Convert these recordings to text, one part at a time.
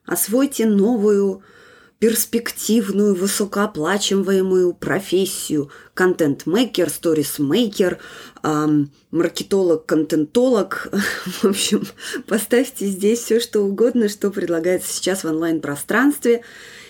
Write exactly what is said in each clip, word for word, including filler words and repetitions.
Освойте новую, перспективную, высокооплачиваемую профессию. Контент-мейкер, сторис-мейкер, эм, маркетолог, контентолог. В общем, поставьте здесь все, что угодно, что предлагается сейчас в онлайн-пространстве.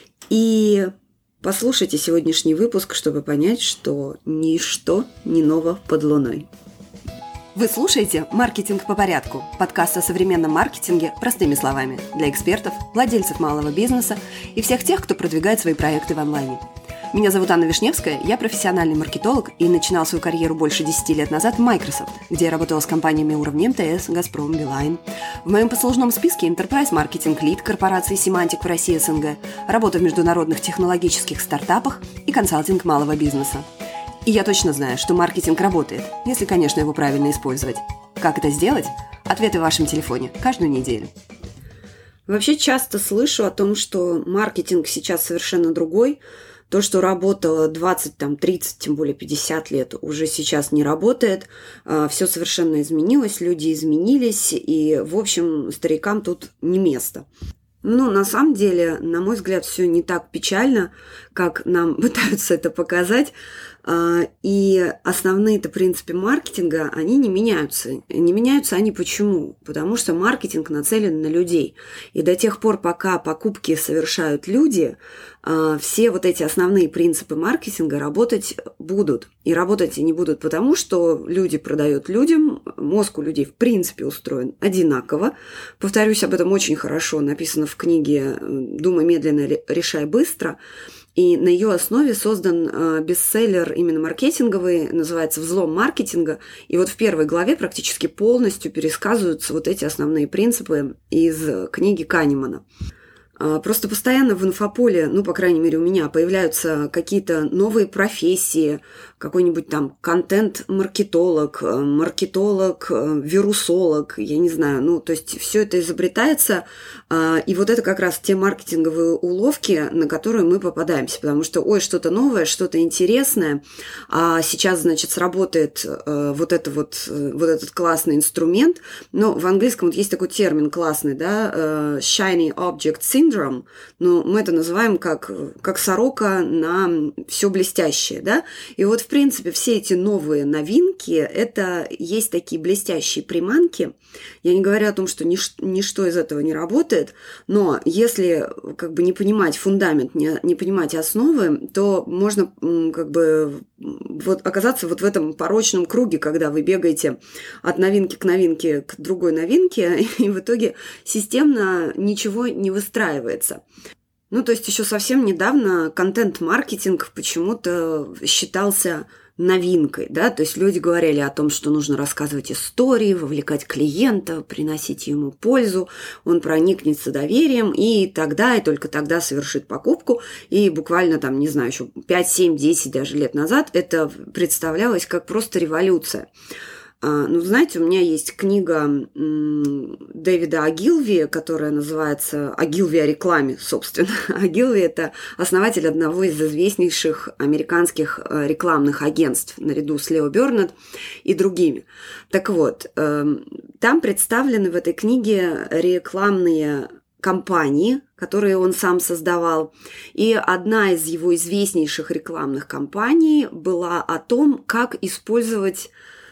И послушайте сегодняшний выпуск, чтобы понять, что ничто не ново под луной. Вы слушаете «Маркетинг по порядку» – подкаст о современном маркетинге простыми словами для экспертов, владельцев малого бизнеса и всех тех, кто продвигает свои проекты в онлайне. Меня зовут Анна Вишневская, я профессиональный маркетолог и начинал свою карьеру больше десяти лет назад в Microsoft, где я работала с компаниями уровня эм тэ эс, Газпром, Билайн. В моем послужном списке Enterprise Marketing Lead корпорации Symantec в России эс эн гэ, работа в международных технологических стартапах и консалтинг малого бизнеса. И я точно знаю, что маркетинг работает, если, конечно, его правильно использовать. Как это сделать? Ответы в вашем телефоне каждую неделю. Вообще часто слышу о том, что маркетинг сейчас совершенно другой. То, что работало двадцать, там, тридцать, тем более пятьдесят лет, уже сейчас не работает. Все совершенно изменилось, люди изменились, и, в общем, старикам тут не место. Ну, на самом деле, на мой взгляд, все не так печально, как нам пытаются это показать. И основные-то принципы маркетинга, они не меняются. Не меняются они почему? Потому что маркетинг нацелен на людей. И до тех пор, пока покупки совершают люди, все вот эти основные принципы маркетинга работать будут. И работать они будут потому, что люди продают людям, мозг у людей в принципе устроен одинаково. Повторюсь, об этом очень хорошо написано в книге «Думай медленно, решай быстро». И на ее основе создан бестселлер именно маркетинговый, называется «Взлом маркетинга». И вот в первой главе практически полностью пересказываются вот эти основные принципы из книги Канемана. Просто постоянно в инфополе, ну, по крайней мере, у меня появляются какие-то новые профессии, какой-нибудь там контент-маркетолог, маркетолог, вирусолог, я не знаю, ну, то есть все это изобретается, и вот это как раз те маркетинговые уловки, на которые мы попадаемся, потому что, ой, что-то новое, что-то интересное, а сейчас, значит, сработает вот, это вот, вот этот классный инструмент, но в английском вот есть такой термин классный, да, shiny object syndrome, ну, мы это называем как, как сорока на все блестящее, да, и вот, в принципе, все эти новые новинки, это есть такие блестящие приманки. Я не говорю о том, что нич- ничто из этого не работает, но если как бы не понимать фундамент, не, не понимать основы, то можно как бы вот оказаться вот в этом порочном круге, когда вы бегаете от новинки к новинке к другой новинке, и в итоге системно ничего не выстраивается. Ну, то есть еще совсем недавно контент-маркетинг почему-то считался новинкой, да, то есть люди говорили о том, что нужно рассказывать истории, вовлекать клиента, приносить ему пользу, он проникнется доверием, и тогда, и только тогда совершит покупку, и буквально там, не знаю, еще пять, семь, десять даже лет назад это представлялось как просто революция. Ну, знаете, у меня есть книга Дэвида Огилви, которая называется «Огилви о рекламе», собственно. Огилви – это основатель одного из известнейших американских рекламных агентств, наряду с Лео Бернет и другими. Так вот, там представлены в этой книге рекламные компании, которые он сам создавал. И одна из его известнейших рекламных кампаний была о том, как использовать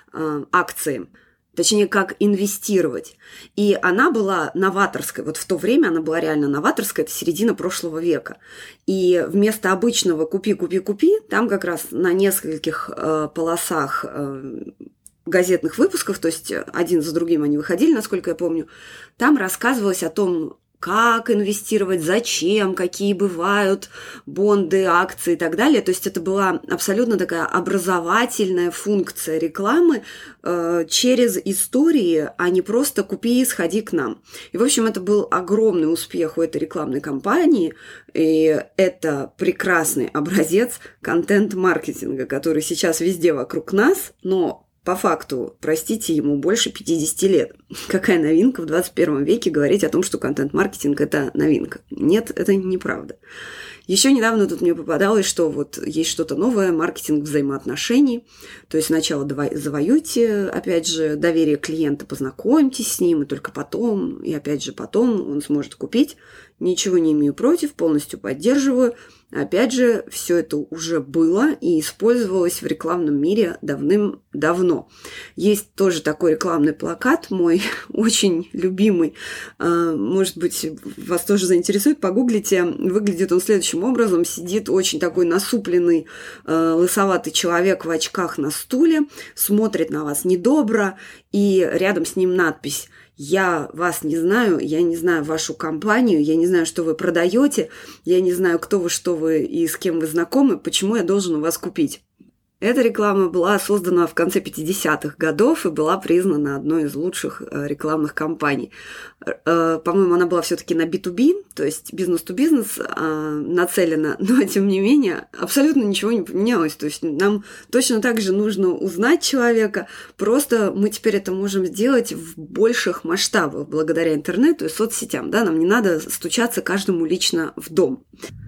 акции, точнее, как инвестировать. И она была новаторской. Вот в то время она была реально новаторской, это середина прошлого века. И вместо обычного «купи, купи, купи», там как раз на нескольких э, полосах э, газетных выпусков, то есть один за другим они выходили, насколько я помню, там рассказывалось о том, как инвестировать, зачем, какие бывают бонды, акции и так далее. То есть это была абсолютно такая образовательная функция рекламы э, через истории, а не просто «купи и сходи к нам». И, в общем, это был огромный успех у этой рекламной кампании, и это прекрасный образец контент-маркетинга, который сейчас везде вокруг нас, но по факту, простите, ему больше пятьдесят лет. какая новинка в двадцать первом веке говорить о том, что контент-маркетинг – это новинка. Нет, это неправда. Еще недавно тут мне попадалось, что вот есть что-то новое, маркетинг взаимоотношений. То есть сначала завоюйте, опять же, доверие клиента, познакомьтесь с ним, и только потом, и опять же потом он сможет купить. Ничего не имею против, полностью поддерживаю. Опять же, все это уже было и использовалось в рекламном мире давным-давно. Есть тоже такой рекламный плакат, мой очень любимый. Может быть, вас тоже заинтересует, погуглите. Выглядит он следующим образом. Сидит очень такой насупленный, лысоватый человек в очках на стуле, смотрит на вас недобро, и рядом с ним надпись: «Я вас не знаю, я не знаю вашу компанию, я не знаю, что вы продаете, я не знаю, кто вы, что вы и с кем вы знакомы, почему я должен у вас купить». Эта реклама была создана в конце пятидесятых годов и была признана одной из лучших рекламных кампаний. По-моему, она была все-таки на би ту би, то есть бизнес-то-бизнес нацелена, но, тем не менее, абсолютно ничего не поменялось. То есть нам точно так же нужно узнать человека, просто мы теперь это можем сделать в больших масштабах благодаря интернету и соцсетям. Да? Нам не надо стучаться каждому лично в дом.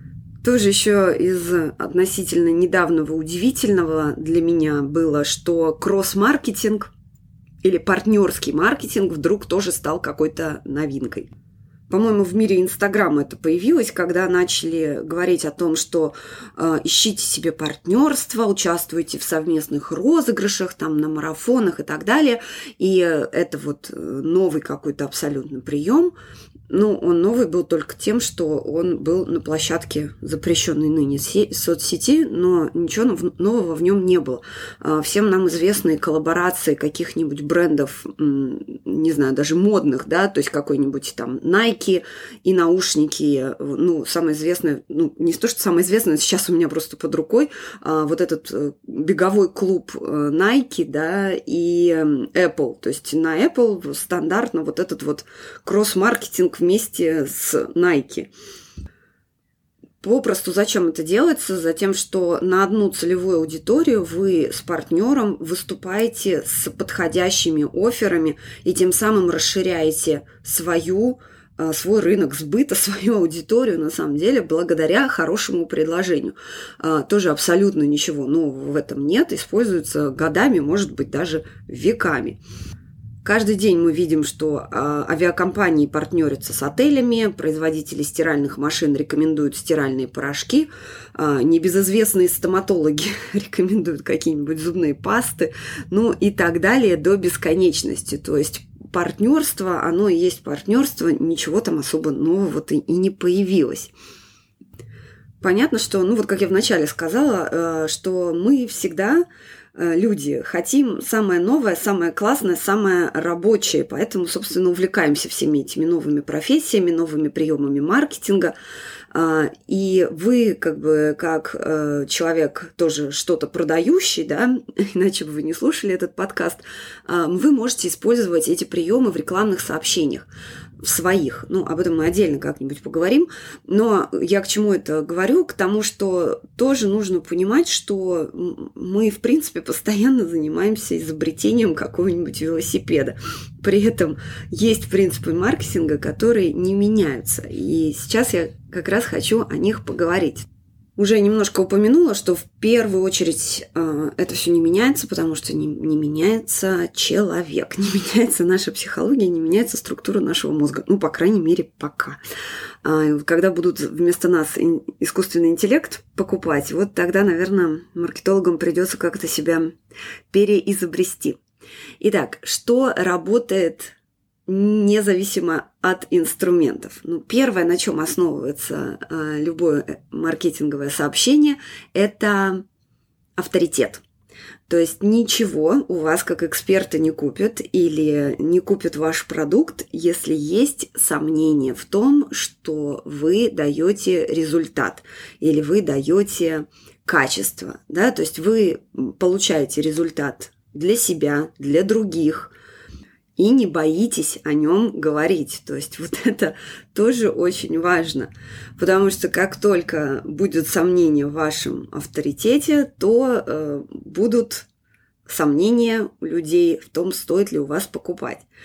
Тоже еще из относительно недавнего удивительного для меня было, что кросс-маркетинг или партнерский маркетинг вдруг тоже стал какой-то новинкой. По-моему, в мире Инстаграма это появилось, когда начали говорить о том, что э, ищите себе партнерство, участвуйте в совместных розыгрышах, там, на марафонах и так далее. И это вот новый какой-то абсолютно прием. Ну, он новый был только тем, что он был на площадке запрещенной ныне соцсети, но ничего нового в нем не было. Всем нам известные коллаборации каких-нибудь брендов, не знаю, даже модных, да, то есть какой-нибудь там Nike и наушники, ну, самое известное, ну, не то, что самое известное, сейчас у меня просто под рукой, вот этот беговой клуб Nike, да, и Apple. То есть на Apple стандартно вот этот вот кросс-маркетинг вместе с Nike. Попросту зачем это делается? Затем, что на одну целевую аудиторию вы с партнером выступаете с подходящими офферами и тем самым расширяете свою, свой рынок сбыта, свою аудиторию, на самом деле, благодаря хорошему предложению. Тоже абсолютно ничего нового в этом нет, используется годами, может быть, даже веками. Каждый день мы видим, что авиакомпании партнерятся с отелями, производители стиральных машин рекомендуют стиральные порошки, небезызвестные стоматологи рекомендуют какие-нибудь зубные пасты, ну и так далее до бесконечности. То есть партнерство, оно и есть партнерство, ничего там особо нового-то и не появилось. Понятно, что, ну вот как я вначале сказала, что мы всегда... люди хотим самое новое, самое классное, самое рабочее, поэтому, собственно, увлекаемся всеми этими новыми профессиями, новыми приемами маркетинга. И вы, как бы, как человек тоже что-то продающий, да, иначе бы вы не слушали этот подкаст, вы можете использовать эти приемы в рекламных сообщениях. В своих. Ну, об этом мы отдельно как-нибудь поговорим. Но я к чему это говорю? К тому, что тоже нужно понимать, что мы, в принципе, постоянно занимаемся изобретением какого-нибудь велосипеда. При этом есть принципы маркетинга, которые не меняются. И сейчас я как раз хочу о них поговорить. Уже немножко упомянула, что в первую очередь э, это все не меняется, потому что не, не меняется человек, не меняется наша психология, не меняется структура нашего мозга. Ну, по крайней мере, пока. Э, когда будут вместо нас ин- искусственный интеллект покупать, вот тогда, наверное, маркетологам придется как-то себя переизобрести. Итак, что работает независимо от инструментов. Ну, первое, на чем основывается э, любое маркетинговое сообщение, это авторитет. То есть ничего у вас как эксперта не купят или не купят ваш продукт, если есть сомнение в том, что вы даете результат или вы даете качество. Да? То есть вы получаете результат для себя, для других, и не боитесь о нем говорить. То есть вот это тоже очень важно, потому что как только будет сомнение в вашем авторитете, то э, будут сомнения у людей в том, стоит ли у вас покупать.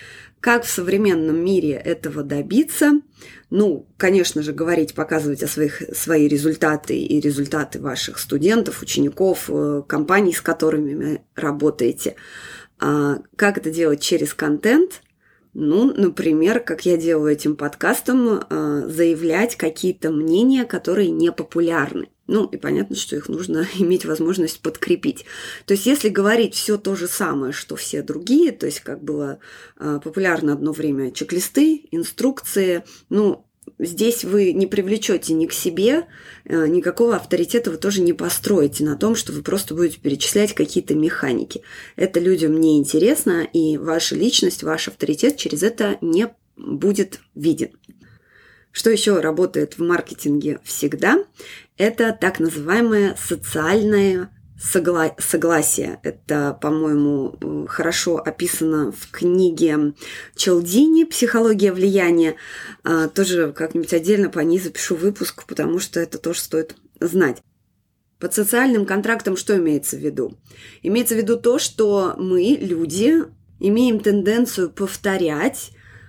Как в современном мире этого добиться? Ну, конечно же, говорить, показывать о своих, свои результаты и результаты ваших студентов, учеников, компаний, с которыми вы работаете. А как это делать через контент? Ну, например, как я делаю этим подкастом, заявлять какие-то мнения, которые не популярны. Ну, и понятно, что их нужно иметь возможность подкрепить. То есть, если говорить все то же самое, что все другие, то есть, как было популярно одно время чек-листы, инструкции, ну, здесь вы не привлечете ни к себе, никакого авторитета вы тоже не построите на том, что вы просто будете перечислять какие-то механики. Это людям не интересно, и ваша личность, ваш авторитет через это не будет виден. Что еще работает в маркетинге всегда? Это так называемое социальное согла- согласие. Это, по-моему, хорошо описано в книге Чалдини «Психология влияния». А, тоже как-нибудь отдельно по ней запишу выпуск, потому что это тоже стоит знать. Под социальным контрактом что имеется в виду? Имеется в виду то, что мы, люди, имеем тенденцию повторять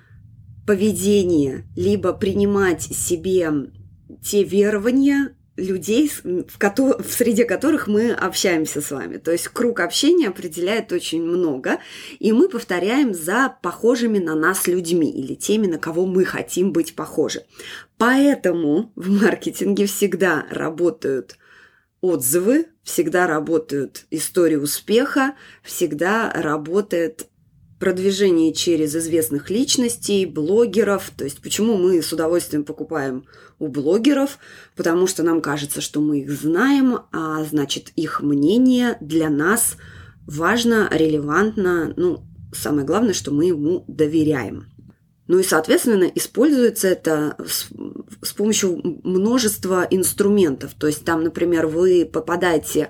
поведение, либо принимать себе те верования людей, в, ко- в среде которых мы общаемся с вами. То есть круг общения определяет очень много, и мы повторяем за похожими на нас людьми или теми, на кого мы хотим быть похожи. Поэтому в маркетинге всегда работают отзывы, всегда работают истории успеха, всегда работает продвижение через известных личностей, блогеров. То есть почему мы с удовольствием покупаем у блогеров? Потому что нам кажется, что мы их знаем, а значит, их мнение для нас важно, релевантно. Ну, самое главное, что мы ему доверяем. Ну и, соответственно, используется это с, с помощью множества инструментов. То есть там, например, вы попадаете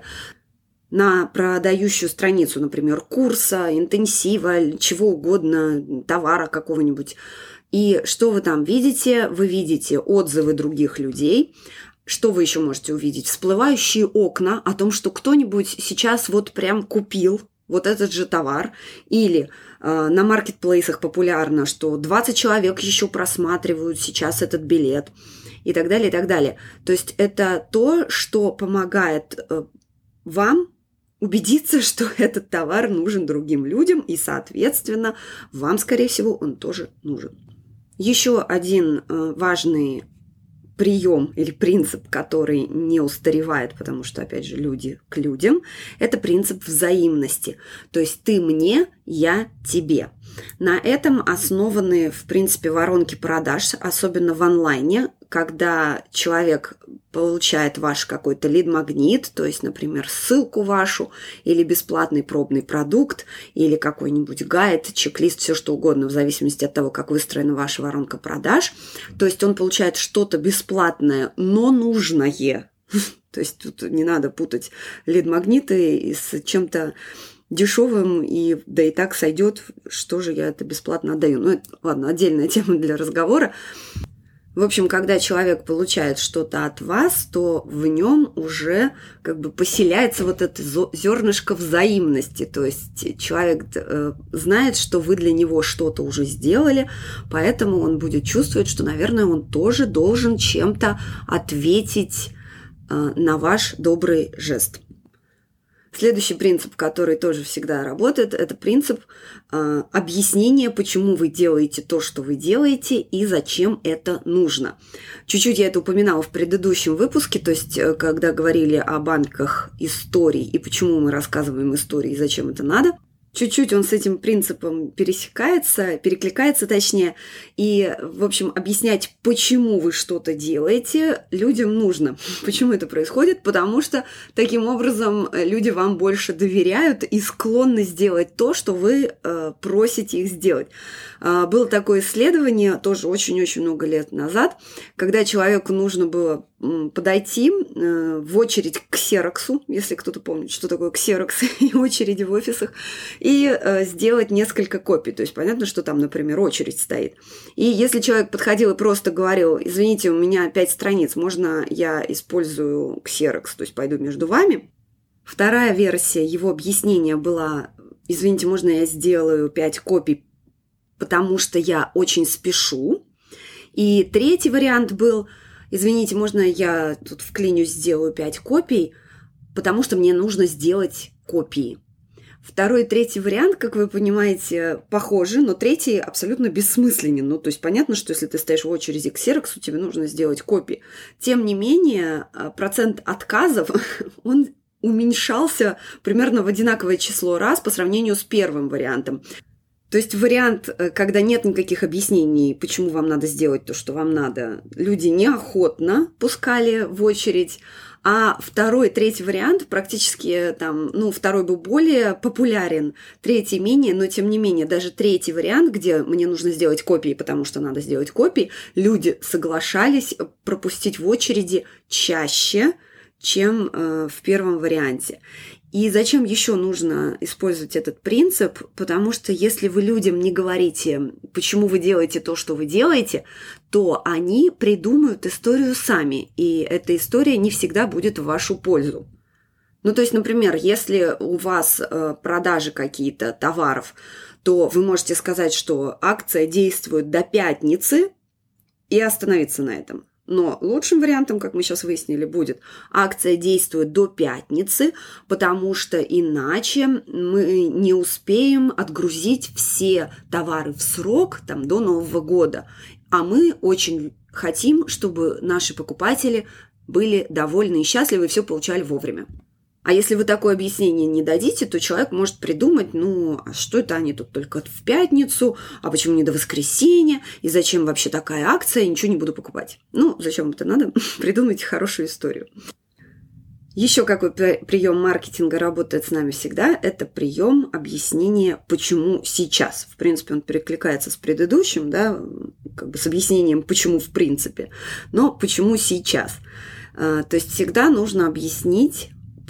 на продающую страницу, например, курса, интенсива, чего угодно, товара какого-нибудь. И что вы там видите? Вы видите отзывы других людей. Что вы еще можете увидеть? Всплывающие окна о том, что кто-нибудь сейчас вот прям купил вот этот же товар. Или э, на маркетплейсах популярно, что двадцать человек еще просматривают сейчас этот билет. И так далее, и так далее. То есть это то, что помогает э, вам убедиться, что этот товар нужен другим людям, и, соответственно, вам, скорее всего, он тоже нужен. Еще один э, важный прием или принцип, который не устаревает, потому что, опять же, люди к людям, это принцип взаимности. То есть ты мне, я тебе. На этом основаны, в принципе, воронки продаж, особенно в онлайне, когда человек получает ваш какой-то лид-магнит, то есть, например, ссылку вашу, или бесплатный пробный продукт, или какой-нибудь гайд, чек-лист, все что угодно, в зависимости от того, как выстроена ваша воронка продаж. То есть он получает что-то бесплатное, но нужное. То есть тут не надо путать лид-магниты с чем-то дешевым, и да и так сойдет, что же я это бесплатно отдаю. Ну, это, ладно, отдельная тема для разговора. В общем, когда человек получает что-то от вас, то в нем уже как бы поселяется вот это зернышко взаимности. То есть человек э, знает, что вы для него что-то уже сделали, поэтому он будет чувствовать, что, наверное, он тоже должен чем-то ответить э, на ваш добрый жест. Следующий принцип, который тоже всегда работает, это принцип э, объяснения, почему вы делаете то, что вы делаете, и зачем это нужно. Чуть-чуть я это упоминала в предыдущем выпуске, то есть э, когда говорили о банках историй и почему мы рассказываем истории и зачем это надо. Чуть-чуть он с этим принципом пересекается, перекликается точнее, и, в общем, объяснять, почему вы что-то делаете, людям нужно. Почему это происходит? Потому что таким образом люди вам больше доверяют и склонны сделать то, что вы э, просите их сделать. Э, было такое исследование, тоже очень-очень много лет назад, когда человеку нужно было подойти э, в очередь к ксероксу, если кто-то помнит, что такое ксерокс и очереди в офисах, и э, сделать несколько копий. То есть понятно, что там, например, очередь стоит. И если человек подходил и просто говорил: извините, у меня пять страниц, можно я использую ксерокс, то есть пойду между вами? Вторая версия его объяснения была: извините, можно я сделаю пять копий потому что я очень спешу. И третий вариант был, извините, можно я тут вклинюсь, сделаю пять копий, потому что мне нужно сделать копии. Второй и третий вариант, как вы понимаете, похожи, но третий абсолютно бессмысленен. Ну, то есть понятно, что если ты стоишь в очереди к ксероксу, тебе нужно сделать копии. Тем не менее, процент отказов, он уменьшался примерно в одинаковое число раз по сравнению с первым вариантом. То есть вариант, когда нет никаких объяснений, почему вам надо сделать то, что вам надо, люди неохотно пускали в очередь. А второй, третий вариант практически там, ну, второй был более популярен, третий менее, но тем не менее, даже третий вариант, где мне нужно сделать копии, потому что надо сделать копии, люди соглашались пропустить в очереди чаще, чем э, в первом варианте. И зачем еще нужно использовать этот принцип? Потому что если вы людям не говорите, почему вы делаете то, что вы делаете, то они придумают историю сами, и эта история не всегда будет в вашу пользу. Ну, то есть, например, если у вас продажи какие-то товаров, то вы можете сказать, что акция действует до пятницы и остановиться на этом. Но лучшим вариантом, как мы сейчас выяснили, будет акция действует до пятницы, потому что иначе мы не успеем отгрузить все товары в срок там, до Нового года. А мы очень хотим, чтобы наши покупатели были довольны и счастливы и все получали вовремя. А если вы такое объяснение не дадите, то человек может придумать, ну, а что это они тут только в пятницу, а почему не до воскресенья, и зачем вообще такая акция, я ничего не буду покупать. Ну, зачем это надо? Придумайте хорошую историю. Еще какой прием маркетинга работает с нами всегда, это прием объяснения, почему сейчас. В принципе, он перекликается с предыдущим, да, как бы с объяснением, почему в принципе, но почему сейчас. То есть всегда нужно объяснить,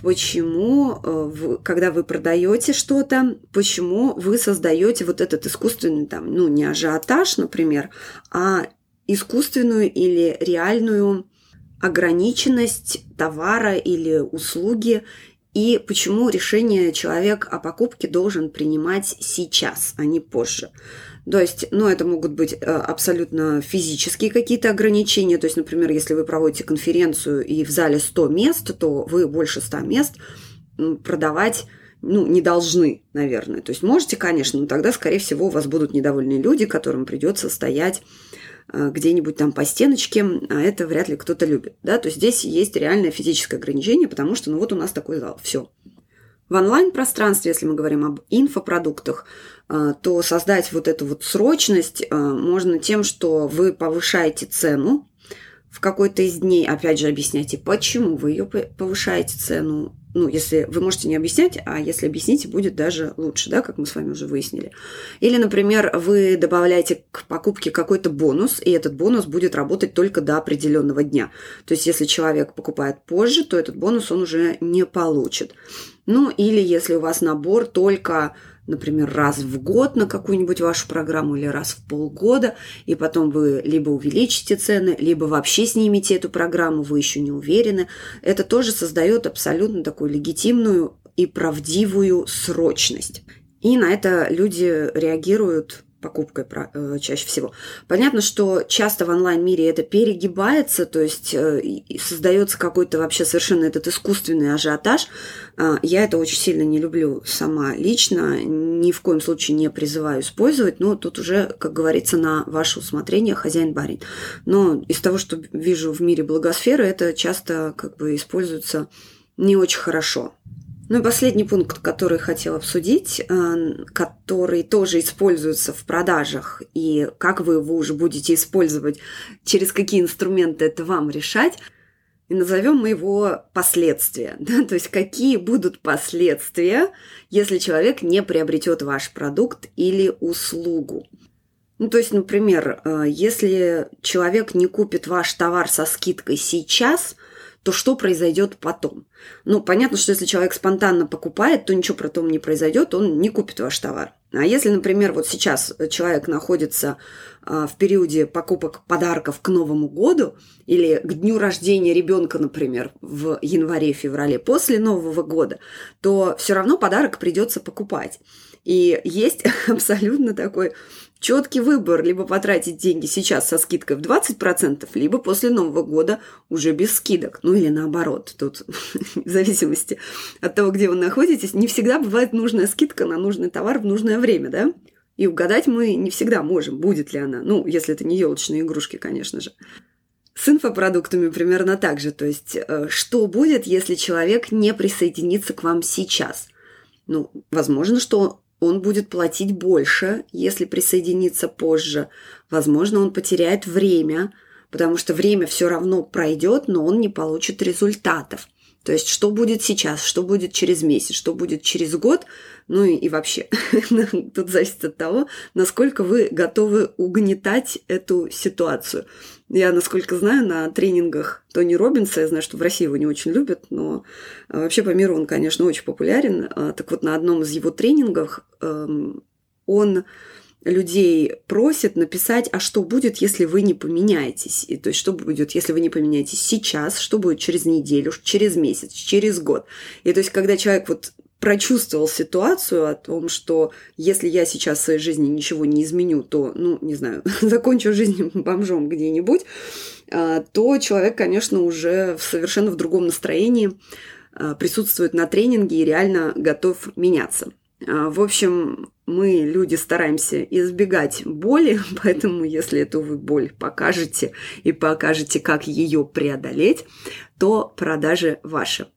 почему, когда вы продаете что-то, почему вы создаете вот этот искусственный, там, ну, не ажиотаж, например, а искусственную или реальную ограниченность товара или услуги, и почему решение человек о покупке должен принимать сейчас, а не позже. То есть, ну, это могут быть абсолютно физические какие-то ограничения. То есть, например, если вы проводите конференцию и в зале сто мест, то вы больше ста мест продавать, ну, не должны, наверное. То есть, можете, конечно, но тогда, скорее всего, у вас будут недовольные люди, которым придется стоять где-нибудь там по стеночке, а это вряд ли кто-то любит. Да? То есть, здесь есть реальное физическое ограничение, потому что, ну, вот у нас такой зал. Все. В онлайн-пространстве, если мы говорим об инфопродуктах, то создать вот эту вот срочность можно тем, что вы повышаете цену в какой-то из дней, опять же, объясняйте, почему вы ее повышаете цену. Ну, если вы можете не объяснять, а если объясните, будет даже лучше, да, как мы с вами уже выяснили. Или, например, вы добавляете к покупке какой-то бонус, и этот бонус будет работать только до определенного дня. То есть, если человек покупает позже, то этот бонус он уже не получит. Ну, или если у вас набор только, например, раз в год на какую-нибудь вашу программу или раз в полгода, и потом вы либо увеличите цены, либо вообще снимете эту программу, вы еще не уверены. Это тоже создает абсолютно такую легитимную и правдивую срочность. И на это люди реагируют покупкой чаще всего. Понятно, что часто в онлайн-мире это перегибается, то есть создается какой-то вообще совершенно этот искусственный ажиотаж. Я это очень сильно не люблю сама лично, ни в коем случае не призываю использовать, но тут уже, как говорится, на ваше усмотрение хозяин-барин. Но из того, что вижу в мире благосферы, это часто как бы используется не очень хорошо. Ну и последний пункт, который хотела обсудить, который тоже используется в продажах, и как вы его уже будете использовать, через какие инструменты это вам решать, и назовем мы его последствия. Да? То есть какие будут последствия, если человек не приобретет ваш продукт или услугу. Ну, то есть, например, если человек не купит ваш товар со скидкой сейчас, то что произойдет потом? Ну, понятно, что если человек спонтанно покупает, то ничего потом не произойдет, он не купит ваш товар. А если, например, вот сейчас человек находится в периоде покупок подарков к Новому году или к дню рождения ребенка, например, в январе-феврале после Нового года, то все равно подарок придется покупать. И есть абсолютно такой четкий выбор: либо потратить деньги сейчас со скидкой в двадцать процентов, либо после Нового года уже без скидок. Ну или наоборот. Тут в зависимости от того, где вы находитесь, не всегда бывает нужная скидка на нужный товар в нужное время, да? И угадать мы не всегда можем, будет ли она. Ну, если это не елочные игрушки, конечно же. С инфопродуктами примерно так же. То есть, что будет, если человек не присоединится к вам сейчас? Ну, возможно, что он будет платить больше, если присоединиться позже. Возможно, он потеряет время, потому что время все равно пройдет, но он не получит результатов. То есть, что будет сейчас, что будет через месяц, что будет через год, ну и, и вообще. Тут зависит от того, насколько вы готовы угнетать эту ситуацию. Я, насколько знаю, на тренингах Тони Роббинса, я знаю, что в России его не очень любят, но вообще по миру он, конечно, очень популярен. Так вот, на одном из его тренингов он людей просит написать, а что будет, если вы не поменяетесь. И то есть, что будет, если вы не поменяетесь сейчас, что будет через неделю, через месяц, через год. И то есть, когда человек вот прочувствовал ситуацию о том, что если я сейчас в своей жизни ничего не изменю, то, ну, не знаю, закончу жизнь бомжом где-нибудь, то человек, конечно, уже совершенно в другом настроении присутствует на тренинге и реально готов меняться. В общем, мы, люди, стараемся избегать боли, поэтому если эту вы боль покажете и покажете, как ее преодолеть, то продажи ваши.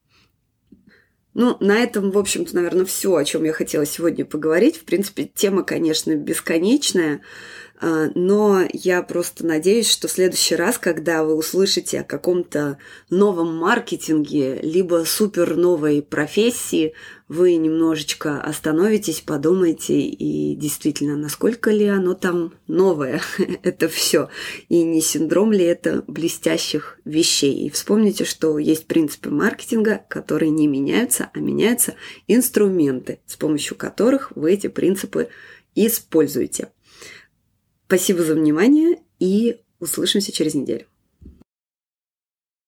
Ну, на этом, в общем-то, наверное, все, о чем я хотела сегодня поговорить. В принципе, тема, конечно, бесконечная, но я просто надеюсь, что в следующий раз, когда вы услышите о каком-то новом маркетинге, либо супер новой профессии, вы немножечко остановитесь, подумайте, и действительно, насколько ли оно там новое, это все, и не синдром ли это блестящих вещей. И вспомните, что есть принципы маркетинга, которые не меняются, а меняются инструменты, с помощью которых вы эти принципы используете. Спасибо за внимание и услышимся через неделю.